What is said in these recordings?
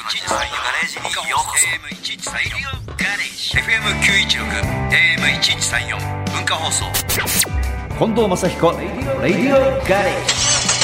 FM1134 文化放送近藤正彦レディオガレージ。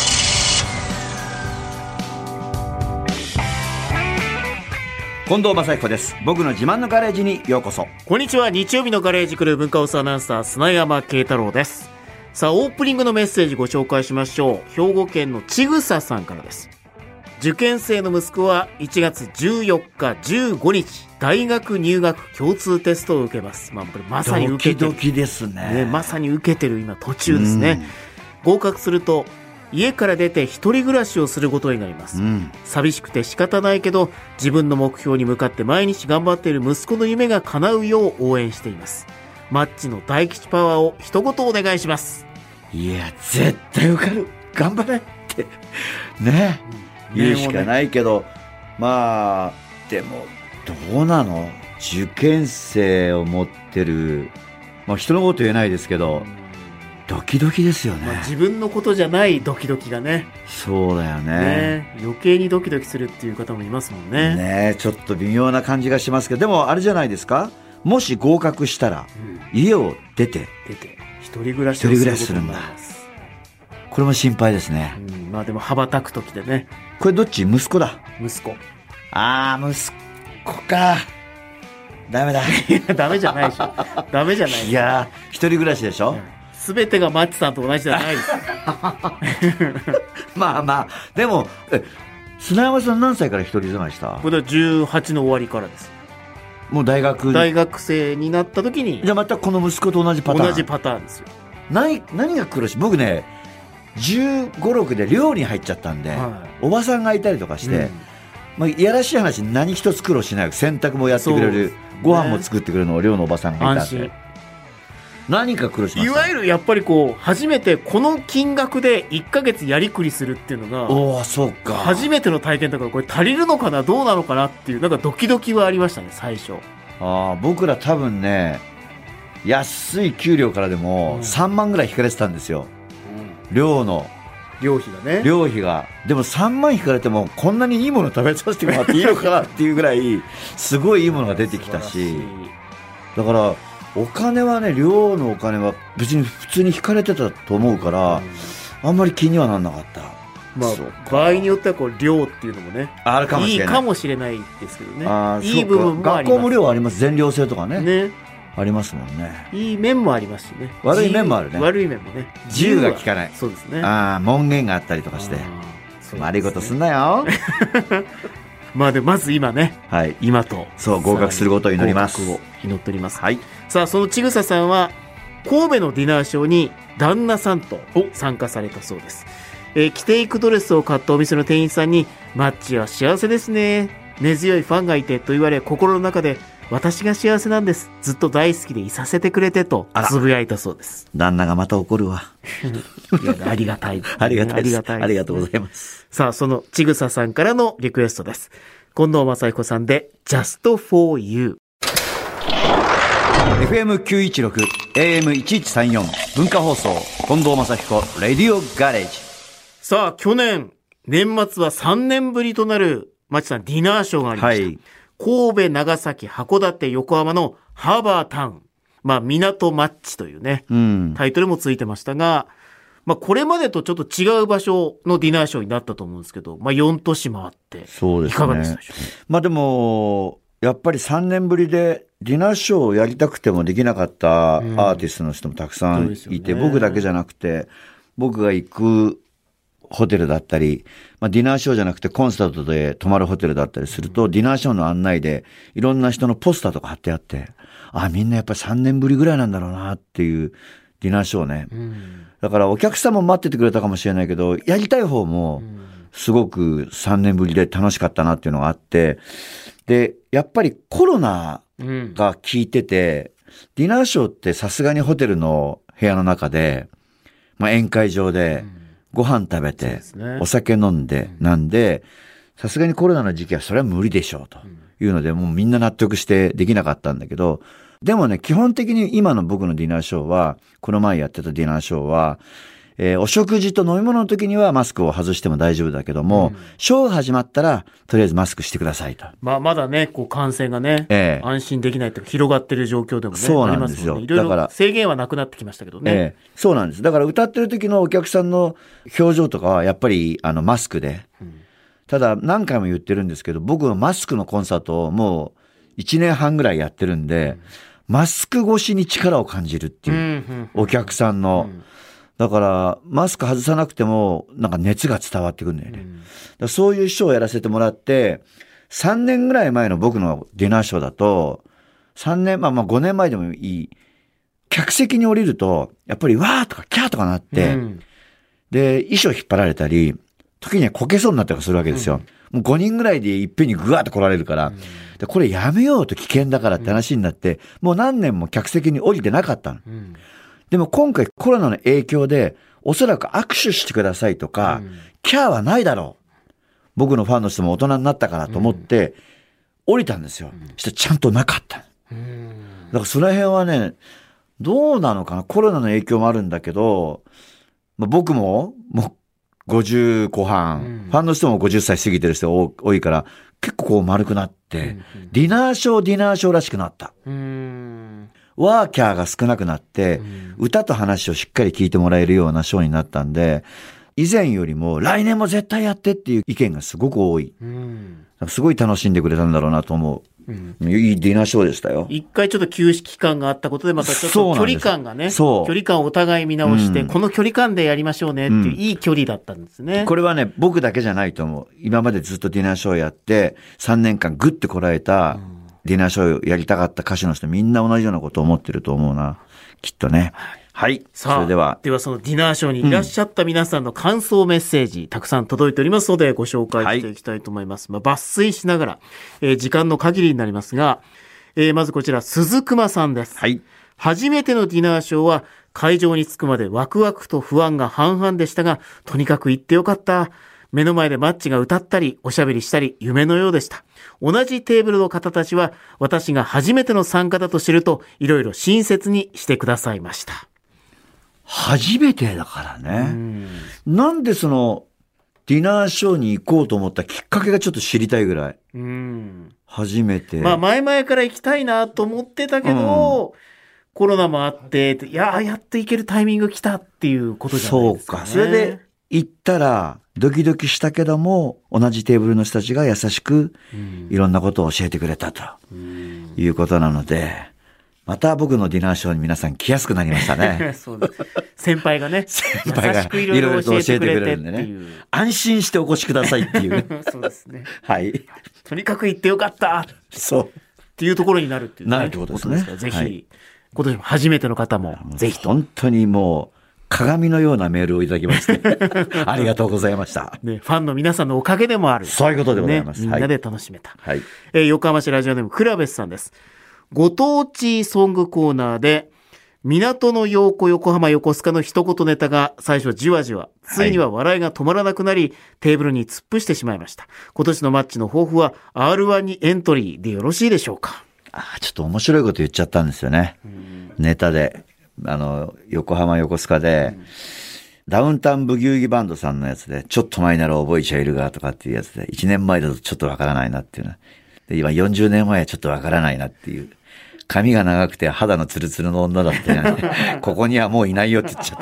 近藤正彦です。僕の自慢のガレージにようこそ。 こんにちは。日曜日のガレージクルー文化放送アナウンサー砂山慶太郎です。さあ、オープニングのメッセージご紹介しましょう。兵庫県のちぐささんからです。受験生の息子は1月14日15日大学入学共通テストを受けます。これまさに受けてるドキドキですね。 まさに受けてる今途中ですね。合格すると家から出て一人暮らしをすることになります。寂しくて仕方ないけど自分の目標に向かって毎日頑張っている息子の夢が叶うよう応援しています。マッチの大吉パワーを一言お願いします。 いや絶対受かる、頑張れってね、言うしかないけど、まあでもどうなの、受験生を持ってる、人のこと言えないですけど、ドキドキですよね。 自分のことじゃないドキドキがね。 そうだよね。 余計にドキドキするっていう方もいますもんね。 ね、ちょっと微妙な感じがしますけど、でもあれじゃないですか、もし合格したら、家を出て一人暮らしをするんだ。 これも心配ですね。 でも羽ばたく時でね。 これどっち？息子だ。 息子。 息子か。ダメだ。 ダメじゃないでしょ。ダメじゃない。 いや一人暮らしでしょ。 すべてがマッチさんと同じじゃないです。 でも砂山さん何歳から一人住まいした？ これは18の終わりからです。 もう大学生になった時に。 じゃあまたこの息子と同じパターン。 同じパターンですよ。 何が苦しい？僕ね15、6で寮に入っちゃったんで、おばさんがいたりとかして、いやらしい話何一つ苦労しない。洗濯もやってくれる、ご飯も作ってくれるのを寮のおばさんがいたんで、何か苦労しました。 いわゆるやっぱり初めてこの金額で1ヶ月やりくりするっていうのが、 そうか、 初めての体験だから、これ足りるのかなどうなのかなっていうドキドキはありましたね最初。 僕ら多分ね安い給料からでも3万ぐらい引かれてたんですよ。寮の寮費がね。 寮費がでも3万引かれてもこんなにいいもの食べさせてもらっていいのかなっていうぐらいすごいいいものが出てきたし、だからお金はね、寮のお金は別に普通に引かれてたと思うから、あんまり気にはならなかった。 場合によっては寮っていうのもね、 あるかもしれない。 いいかもしれないですけどね。いい部分もあります。 学校も寮あります。全寮制とかねありますもんね。 いい面もありますしね。 悪い面もあるね。 悪い面もね。 自由が利かない。 そうですね。 門限があったりとかして。悪いことすんなよ。 でまず今ね。今と。 合格することを祈ります。 合格を祈っております。さあ、そのちぐささんは神戸のディナーショーに旦那さんと参加されたそうです。着ていくドレスを買ったお店の店員さんに、マッチは幸せですね、根強いファンがいてと言われ、心の中で私が幸せなんです、ずっと大好きでいさせてくれてとつぶやいたそうです。 旦那がまた怒るわ。 ありがたいありがたいです。ありがとうございます。 さあ、そのちぐささんからのリクエストです。近藤正彦さんで Just for You。 FM916 AM1134 文化放送近藤正彦レディオガレージ。 さあ、去年年末は3年ぶりとなるマッチさんディナーショーがありました。神戸、長崎、函館、横浜のハーバータウン。港マッチというね、タイトルもついてましたが、これまでとちょっと違う場所のディナーショーになったと思うんですけど、4都市もあって、いかがでしたでしょうか。 でも、やっぱり3年ぶりでディナーショーをやりたくてもできなかったアーティストの人もたくさんいて、僕だけじゃなくて、僕が行くホテルだったり、ディナーショーじゃなくてコンサートで泊まるホテルだったりすると、ディナーショーの案内でいろんな人のポスターとか貼ってあって、みんなやっぱり3年ぶりぐらいなんだろうなっていうディナーショーね。だからお客さんも待っててくれたかもしれないけど、やりたい方もすごく3年ぶりで楽しかったなっていうのがあって、で、やっぱりコロナが効いてて、ディナーショーってさすがにホテルの部屋の中で、宴会場でご飯食べて、お酒飲んで、なんで、さすがにコロナの時期はそれは無理でしょうというので、もうみんな納得してできなかったんだけど、でもね、基本的に今の僕のディナーショーは、この前やってたディナーショーは、 お食事と飲み物の時にはマスクを外しても大丈夫だけども、ショーが始まったら、とりあえずマスクしてくださいと。 まだね、こう感染がね、安心できないというか広がってる状況でもね、 そうなんですよ。 いろいろ制限はなくなってきましたけどね。 そうなんです。だから歌ってる時のお客さんの表情とかは、やっぱり、マスクで。ただ、何回も言ってるんですけど、僕はマスクのコンサートをもう1年半ぐらいやってるんで、マスク越しに力を感じるっていう、お客さんの。だから、マスク外さなくても、なんか熱が伝わってくるんだよね。だからそういうショーをやらせてもらって、3年ぐらい前の僕のディナーショーだと、3年、5年前でもいい。客席に降りると、やっぱりわーとかキャーとかなって、で、衣装引っ張られたり、時にはこけそうになったりするわけですよ。もう5人ぐらいでいっぺんにぐわーっと来られるから、でこれやめようと危険だからって話になって、もう何年も客席に降りてなかったの。でも今回コロナの影響で、おそらく握手してくださいとか、キャーはないだろう。僕のファンの人も大人になったからと思って、降りたんですよ。そしたらちゃんとなかった。だからその辺はね、どうなのかな。コロナの影響もあるんだけど、僕もう50後半、ファンの人も50歳過ぎてる人が多いから、結構こう丸くなって、ディナーショーらしくなった。ワーキャーが少なくなって、歌と話をしっかり聞いてもらえるようなショーになったんで、以前よりも来年も絶対やってっていう意見がすごく多い。すごい楽しんでくれたんだろうなと思う。いいディナーショーでしたよ。 一回ちょっと休止期間があったことで、またちょっと距離感がね、距離感をお互い見直して、この距離感でやりましょうねっていういい距離だったんですね。 これはね、僕だけじゃないと思う。今までずっとディナーショーやって、3年間グッてこらえた、ディナーショーやりたかった歌手の人みんな同じようなことを思ってると思うな。きっとね。はい。 さあ、それではそのディナーショーにいらっしゃった皆さんの感想メッセージ、たくさん届いておりますのでご紹介していきたいと思います。抜粋しながら、時間の限りになりますが、まずこちら、鈴熊さんです。初めてのディナーショーは会場に着くまでワクワクと不安が半々でしたが、とにかく行ってよかった。目の前でマッチが歌ったり、おしゃべりしたり、夢のようでした。同じテーブルの方たちは、私が初めての参加だと知ると、いろいろ親切にしてくださいました。 初めてだからね。なんでその、ディナーショーに行こうと思ったきっかけがちょっと知りたいぐらい。初めて。 前々から行きたいなと思ってたけど、コロナもあって、やっと行けるタイミング来たっていうことじゃないですかね。 そうか。それで行ったら、ドキドキしたけども、同じテーブルの人たちが優しく、いろんなことを教えてくれたということなので、また僕のディナーショーに皆さん来やすくなりましたね。 そうです。先輩がね、 先輩がいろいろと教えてくれるんでね。安心してお越しくださいっていう。 そうですね。 はい。 とにかく行ってよかったそう。 っていうところになるっていう、 なるってことですね。 ぜひ、今年も初めての方も、ぜひと。 本当にもう、鏡のようなメールをいただきまして、ありがとうございました。 ね、ファンの皆さんのおかげでもある。 そういうことでございます。 みんなで楽しめた。 はい。 横浜市ラジオネーム、クラベスさんです。ご当地ソングコーナーで、港の陽子横浜横須賀の一言ネタが最初じわじわ、ついには笑いが止まらなくなり、テーブルに突っ伏してしまいました。今年のマッチの抱負は R1 にエントリーでよろしいでしょうか？ ちょっと面白いこと言っちゃったんですよね。ネタで。横浜横須賀で、ダウンタウンブギウギバンドさんのやつで、ちょっと前なら覚えちゃいるがとかっていうやつで、1年前だとちょっとわからないなっていうの。で、今40年前はちょっとわからないなっていう。髪が長くて肌のツルツルの女だってね、ここにはもういないよって言っちゃ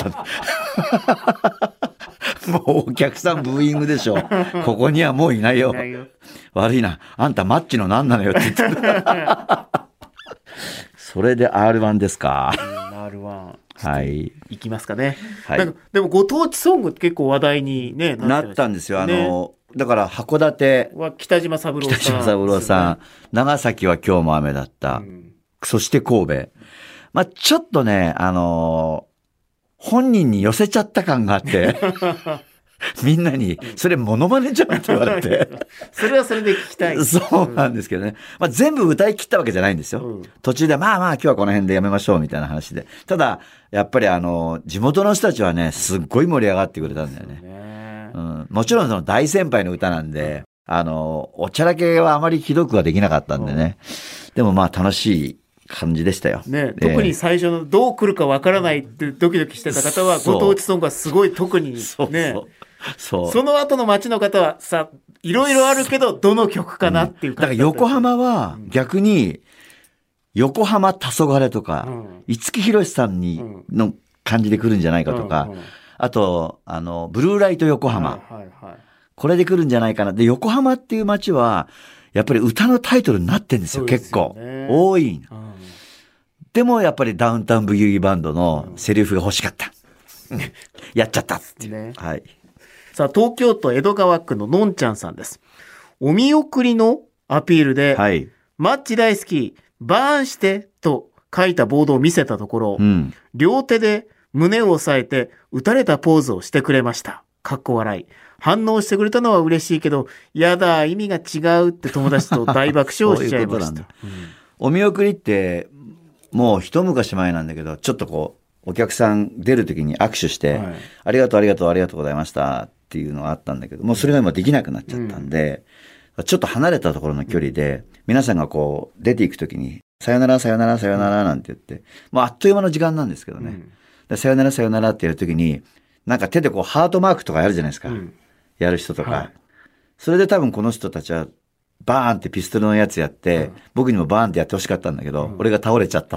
ったもうお客さんブーイングでしょ。ここにはもういないよ。悪いな。あんたマッチの何なのよって言ってた。それで R1 ですか。 R1。 はい。 いきますかね。 はい。 でもご当地ソングって結構話題に、ね、 なったんですよ。だから函館は北島三郎さん、長崎は今日も雨だった。そして神戸。ちょっとね、本人に寄せちゃった感があって、みんなに、それモノマネじゃんって言われて。 それはそれで聞きたい。 そうなんですけどね。全部歌い切ったわけじゃないんですよ。途中で今日はこの辺でやめましょうみたいな話で。ただ、やっぱり地元の人たちはね、すっごい盛り上がってくれたんだよね。もちろんその大先輩の歌なんで、おちゃらけはあまりひどくはできなかったんでね。でも楽しい感じでしたよ。 ね、特に最初のどう来るかわからないってドキドキしてた方は、ご当地ソングはすごい特にね。その後の街の方はさ、いろいろあるけど、どの曲かなっていう感じだから横浜は逆に、横浜黄昏とか、五木ひろしさんの感じで来るんじゃないかとか、あと、ブルーライト横浜。これで来るんじゃないかな。で、横浜っていう街は、やっぱり歌のタイトルになってんですよ、結構。多い。でもやっぱりダウンタウンブギウギバンドのセリフが欲しかった。やっちゃったっていう。はい。 さあ、東京都江戸川区ののんちゃんさんです。お見送りのアピールで、マッチ大好き、バーンしてと書いたボードを見せたところ、両手で胸を押さえて打たれたポーズをしてくれました。かっこ笑い。反応してくれたのは嬉しいけど、やだ、意味が違うって友達と大爆笑しちゃいました。 お見送りって、もう一昔前なんだけど、ちょっとこう、お客さん出るときに握手して、ありがとう、ありがとう、ありがとうございましたっていうのがあったんだけど、もうそれが今できなくなっちゃったんで、ちょっと離れたところの距離で、皆さんがこう、出ていくときに、さよなら、さよなら、さよならなんて言って、もうあっという間の時間なんですけどね。さよなら、さよならってやるときに、なんか手でこう、ハートマークとかやるじゃないですか。やる人とか。それで多分この人たちは、バーンってピストルのやつやって、僕にもバーンってやってほしかったんだけど、俺が倒れちゃったって。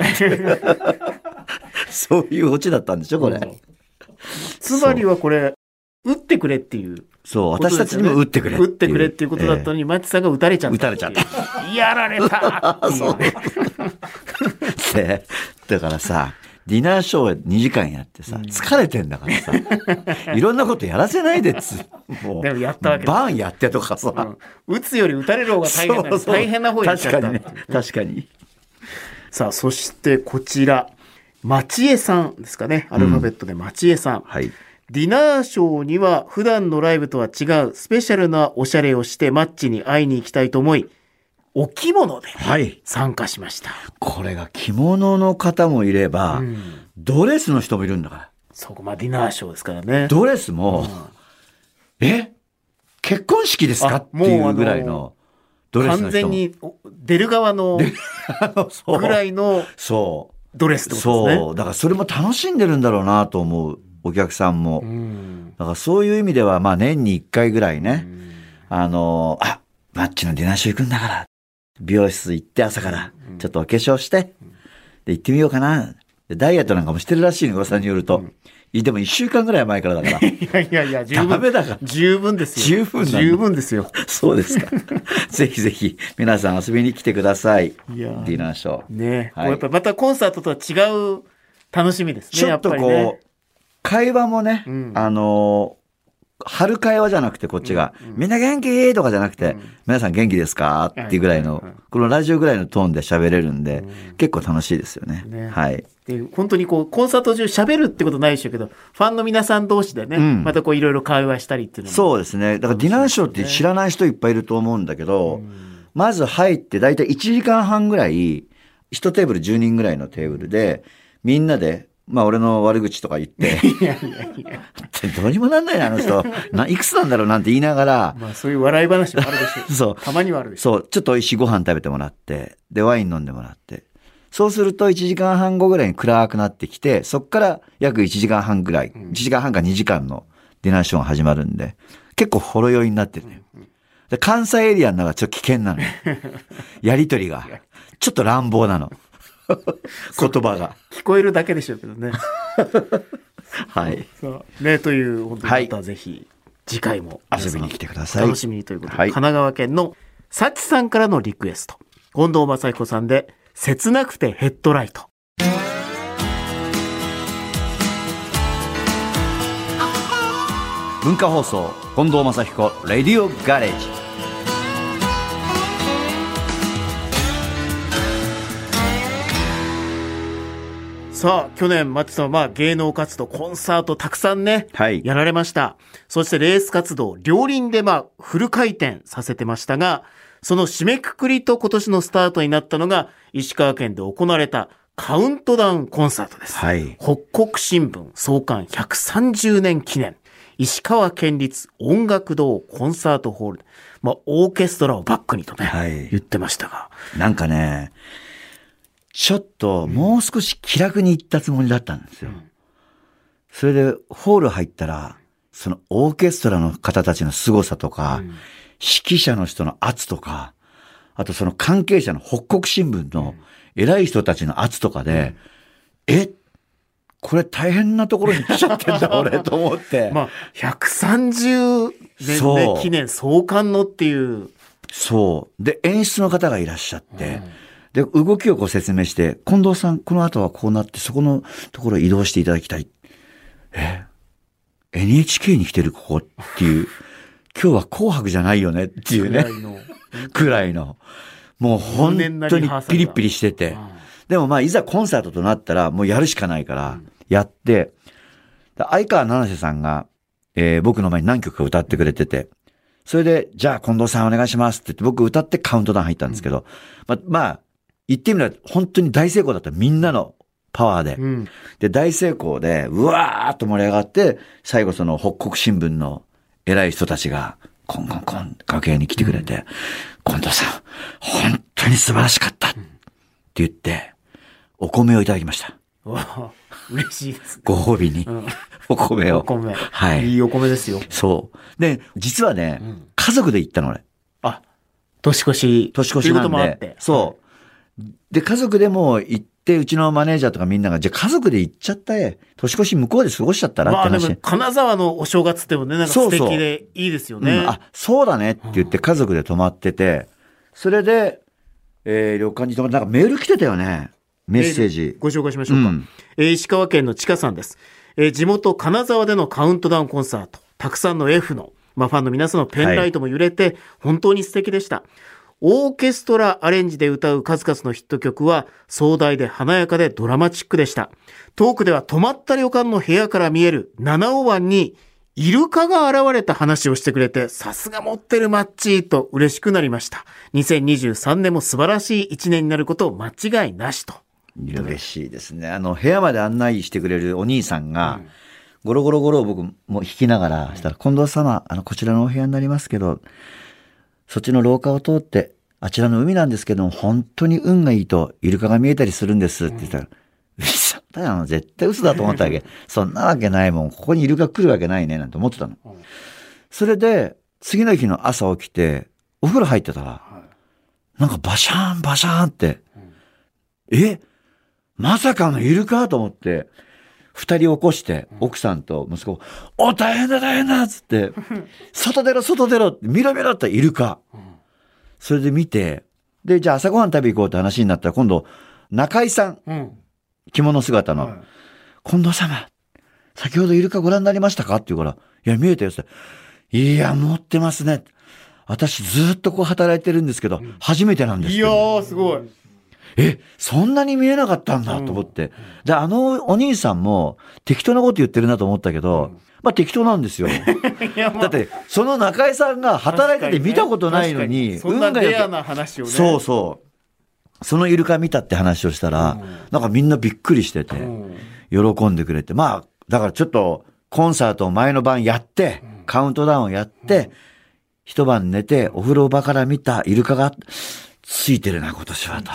そういうオチだったんでしょ、これ。 つまりはこれ、撃ってくれっていう。 そう、私たちにも撃ってくれ。 撃ってくれっていうことだったのに、マッチさんが撃たれちゃった。 撃たれちゃった。 やられたっていうね。 だからさ、ディナーショー2時間やってさ、疲れてんだからさ、いろんなことやらせないでもうでもやったわけバーンやってとかさ、 撃つより撃たれる方が大変な大変な方やっちゃった。 確かにね。確かに。 さあ、そしてこちら、町江さんですかね。アルファベットで町江さん。 はい。 ディナーショーには普段のライブとは違うスペシャルなおしゃれをしてマッチに会いに行きたいと思い、お着物で参加しました。 これが着物の方もいれば、ドレスの人もいるんだから。 そう、まあディナーショーですからね。 ドレスも、結婚式ですかっていうぐらいのドレスの人も。 完全に出る側のぐらいのドレスってことですね。 そう。だからそれも楽しんでるんだろうなと思う。お客さんも。だからそういう意味では、まあ年に1回ぐらいね、マッチのディナーショー行くんだから、美容室行って朝から、ちょっとお化粧して、で行ってみようかな。でダイエットなんかもしてるらしいの、噂によると。でも1週間ぐらい前からだから。 いや、十分。 ダメだから。 十分ですよ。十分ですよ。 そうですか。ぜひぜひ、皆さん遊びに来てください。ディナーショー。 ね、やっぱりまたコンサートとは違う楽しみですね。 ちょっとこう、会話もね、春会話じゃなくてこっちが、みんな元気とかじゃなくて、皆さん元気ですかっていうぐらいの、このラジオぐらいのトーンで喋れるんで、結構楽しいですよね。はい。 で本当にこう、コンサート中喋るってことないでしょうけど、ファンの皆さん同士でね、またこういろいろ会話したりっていうのも。 そうですね。だからディナーショーって知らない人いっぱいいると思うんだけど、まず入ってだいたい1時間半ぐらい、1テーブル10人ぐらいのテーブルで、みんなで、まあ俺の悪口とか言って。どうにもなんないな、あの人。いくつなんだろうなんて言いながら。 まあそういう笑い話もあるでしょう。そう。たまにはあるでしょう。 そう。ちょっと美味しいご飯食べてもらって、で、ワイン飲んでもらって。そうすると1時間半後ぐらいに暗くなってきて、そっから約1時間半ぐらい、1時間半か2時間のディナーショーが始まるんで、結構ほろ酔いになってるね。で関西エリアの中はちょっと危険なの。やりとりが。ちょっと乱暴なの。言葉が聞こえるだけでしょうけどね。 はい。 ね、という本当にまたぜひ次回も遊びに来てください。 楽しみにということで、神奈川県のさちさんからのリクエスト、近藤正彦さんで切なくてヘッドライト。 文化放送近藤正彦レディオガレージ。 さあ、去年、マッチさんは芸能活動、コンサートたくさんね、やられました。そしてレース活動、両輪でフル回転させてましたが、その締めくくりと今年のスタートになったのが、石川県で行われたカウントダウンコンサートです。北国新聞創刊130年記念、石川県立音楽堂コンサートホール。オーケストラをバックにとね、言ってましたが。 なんかね、 ちょっともう少し気楽に行ったつもりだったんですよ。それでホール入ったら、そのオーケストラの方たちの凄さとか、指揮者の人の圧とか、あとその関係者の北国新聞の偉い人たちの圧とかで、これ大変なところに来ちゃってんだ俺と思って。 まあ、130年で記念創刊のっていう。 そう。で、演出の方がいらっしゃって、で、動きをこう説明して、近藤さん、この後はこうなって、そこのところ移動していただきたい。NHK に来てるここっていう、今日は紅白じゃないよねっていうね。くらいの。もう本当にピリピリしてて。でもまあ、いざコンサートとなったら、もうやるしかないから、やって、相川七瀬さんが、僕の前に何曲か歌ってくれてて、それで、じゃあ近藤さんお願いしますって言って、僕歌ってカウントダウン入ったんですけど、まあ、言ってみれば本当に大成功だった。みんなのパワーで。で、大成功で、うわーっと盛り上がって、最後その北国新聞の偉い人たちが、コンコンコン、楽屋に来てくれて、近藤さん、本当に素晴らしかったって言って、お米をいただきました。 嬉しいですね。 ご褒美に、お米を。 お米。 はい。 いいお米ですよ。 そう。で、実はね、家族で行ったの俺。 年越しなんで。そう。で、家族でも行って、うちのマネージャーとかみんなが、じゃあ家族で行っちゃった年越し向こうで過ごしちゃったらって話。 でも金沢のお正月ってもね、なんか素敵でいいですよね。 そうだねって言って家族で泊まってて、それで、旅館に泊まって、なんかメール来てたよね。メッセージ。 ご紹介しましょうか。石川県のちかさんです。地元金沢でのカウントダウンコンサート、たくさんの F の、ファンの皆さんのペンライトも揺れて、本当に素敵でした。オーケストラアレンジで歌う数々のヒット曲は壮大で華やかでドラマチックでした。トークでは泊まった旅館の部屋から見える七尾湾にイルカが現れた話をしてくれて、さすが持ってるマッチと嬉しくなりました。2023年も素晴らしい一年になることを間違いなしと。 嬉しいですね。部屋まで案内してくれるお兄さんが、ゴロゴロゴロを僕も弾きながらしたら、近藤様、こちらのお部屋になりますけど、そっちの廊下を通って、あちらの海なんですけども、本当に運がいいとイルカが見えたりするんですって言ったら、嘘だよ、絶対嘘だと思ったわけ。そんなわけないもん。ここにイルカ来るわけないね、なんて思ってたの。それで、次の日の朝起きて、お風呂入ってたら、なんかバシャーンバシャーンって、まさかのイルカと思って、二人起こして、奥さんと息子、大変だ大変だっつって、外出ろ外出ろって、見ろ見ろってイルカ。それで見て、で、じゃあ朝ごはん食べ行こうって話になったら、今度、中井さん、着物姿の、近藤様、先ほどイルカご覧になりましたかって言うから、いや、見えたよって。いや、持ってますね。私ずっとこう働いてるんですけど、初めてなんですよ。 いやー、すごい。 そんなに見えなかったんだと思って。で、お兄さんも適当なこと言ってるなと思ったけど、適当なんですよ。だって、その中井さんが働いてて見たことないのに、 そんなレアな話をね。 そうそう。そのイルカ見たって話をしたら、なんかみんなびっくりしてて、喜んでくれて。だからちょっとコンサートを前の晩やって、カウントダウンをやって、一晩寝て、お風呂場から見たイルカがついてるな、今年はと。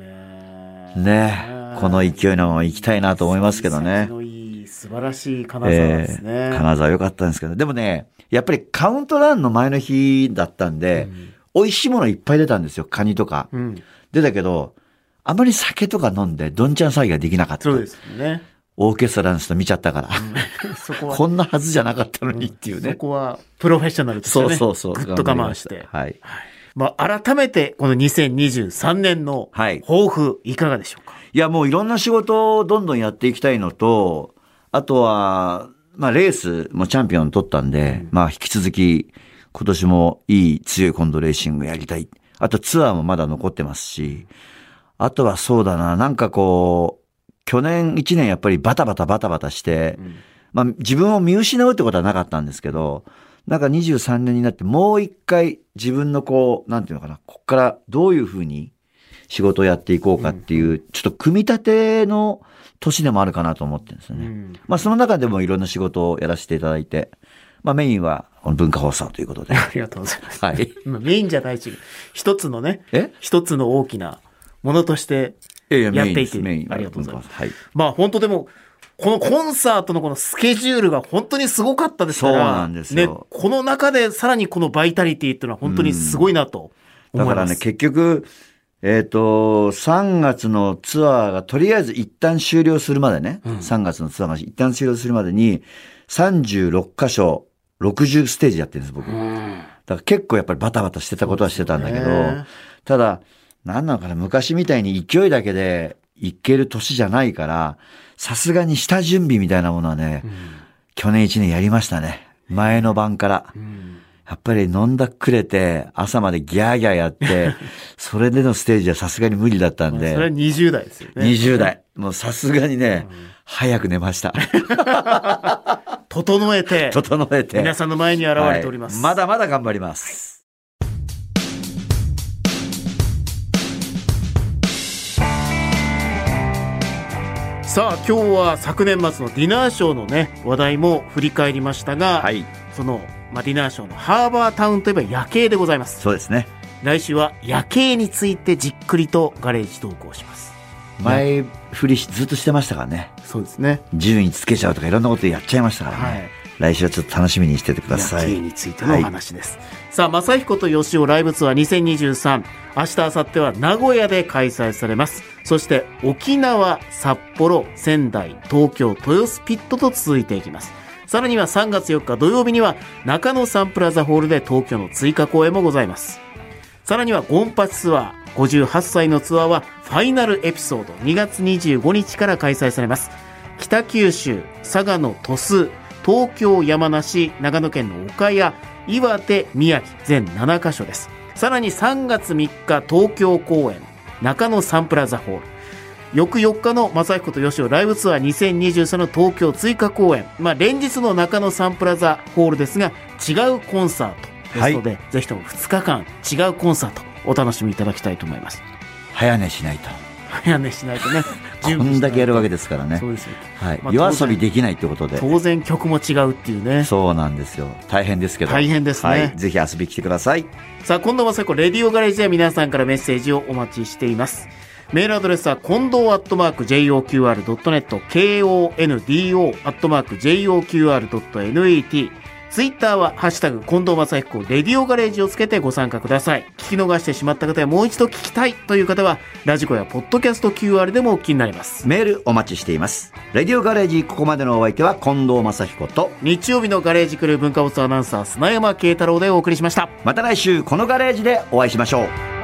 ね、この勢いのまま行きたいなと思いますけどね。 素晴らしい金沢ですね。 金沢良かったんですけど、でもね、やっぱりカウントダウンの前の日だったんで、美味しいものいっぱい出たんですよ、カニとか。出たけど、あまり酒とか飲んで、どんちゃん騒ぎができなかった。 そうですね。 オーケストラの人見ちゃったから。そこはこんなはずじゃなかったのにっていうね。 そこはプロフェッショナルとしてね。 そう。 ぐっと我慢して。 はい。 改めて、この2023年の抱負、いかがでしょうか？ いや、もういろんな仕事をどんどんやっていきたいのと、あとは、レースもチャンピオン取ったんで、引き続き、今年もいい強いコンドレーシングやりたい。あとツアーもまだ残ってますし、あとはそうだな、なんかこう、去年1年やっぱりバタバタして、自分を見失うってことはなかったんですけど、なんか23年になってもう一回自分のこう、なんていうのかな、ここからどういうふうに仕事をやっていこうかっていう、ちょっと組み立ての年でもあるかなと思ってるんですよね。その中でもいろんな仕事をやらせていただいて、メインは文化放送ということで。 ありがとうございます。 はい。 メインじゃないし、一つのね、一つの大きなものとしてやっていて、 メインありがとうございます。 はい。 まあ本当でも、このコンサートのこのスケジュールが本当にすごかったですから。 そうなんですよ。 ね、この中でさらにこのバイタリティっていうのは本当にすごいなと思います。 だからね、結局、3月のツアーがとりあえず一旦終了するまでね、3月のツアーが一旦終了するまでに、36カ所、60ステージやってるんです、僕。だから結構やっぱりバタバタしてたことはしてたんだけど、ただ、なんなのかな、昔みたいに勢いだけでいける年じゃないから、さすがに下準備みたいなものはね、去年1年やりましたね。前の晩から。やっぱり飲んだくれて、朝までギャーギャーやって、それでのステージはさすがに無理だったんで。 それは20代ですよね。 20代。もうさすがにね、早く寝ました。 整えて。皆さんの前に現れております。 まだまだ頑張ります。 さあ、今日は昨年末のディナーショーのね、話題も振り返りましたが、その、ディナーショーのハーバータウンといえば夜景でございます。 そうですね。 来週は夜景についてじっくりとガレージトークをします。 前振りずっとしてましたからね。 そうですね。 順位つけちゃうとかいろんなことやっちゃいましたからね。来週はちょっと楽しみにしててください。 夜景についてのお話です。さあ、正彦と吉尾ライブツアー2023。明日、明後日は名古屋で開催されます。そして沖縄、札幌、仙台、東京、豊洲ピットと続いていきます。さらには3月4日土曜日には中野サンプラザホールで東京の追加公演もございます。さらにはゴンパチツアー、58歳のツアーはファイナルエピソード2月25日から開催されます。北九州、佐賀の鳥栖、東京、山梨、長野県の岡谷、岩手、宮城、全7カ所です。さらに3月3日東京公演、中野サンプラザホール。翌4日の正彦と吉尾ライブツアー2023の東京追加公演。連日の中野サンプラザホールですが、違うコンサートですので、ぜひとも2日間違うコンサートお楽しみいただきたいと思います。 早寝しないと。 早寝しないとね。 こんだけやるわけですからね。 そうですよ。 はい。夜遊びできないってことで。 当然曲も違うっていうね。 そうなんですよ。大変ですけど。 大変ですね。 はい。ぜひ遊び来てください。 さあ、近藤正彦レディオガレージでは皆さんからメッセージをお待ちしています。メールアドレスは近藤@joqr.net、kondo@joqr.net。ツイッターはハッシュタグ近藤正彦レディオガレージをつけてご参加ください。聞き逃してしまった方やもう一度聞きたいという方はラジコやポッドキャスト QR でもお聞きになります。 メールお待ちしています。レディオガレージ、ここまでのお相手は近藤正彦と日曜日のガレージクルー文化放送アナウンサー砂山慶太郎でお送りしました。 また来週このガレージでお会いしましょう。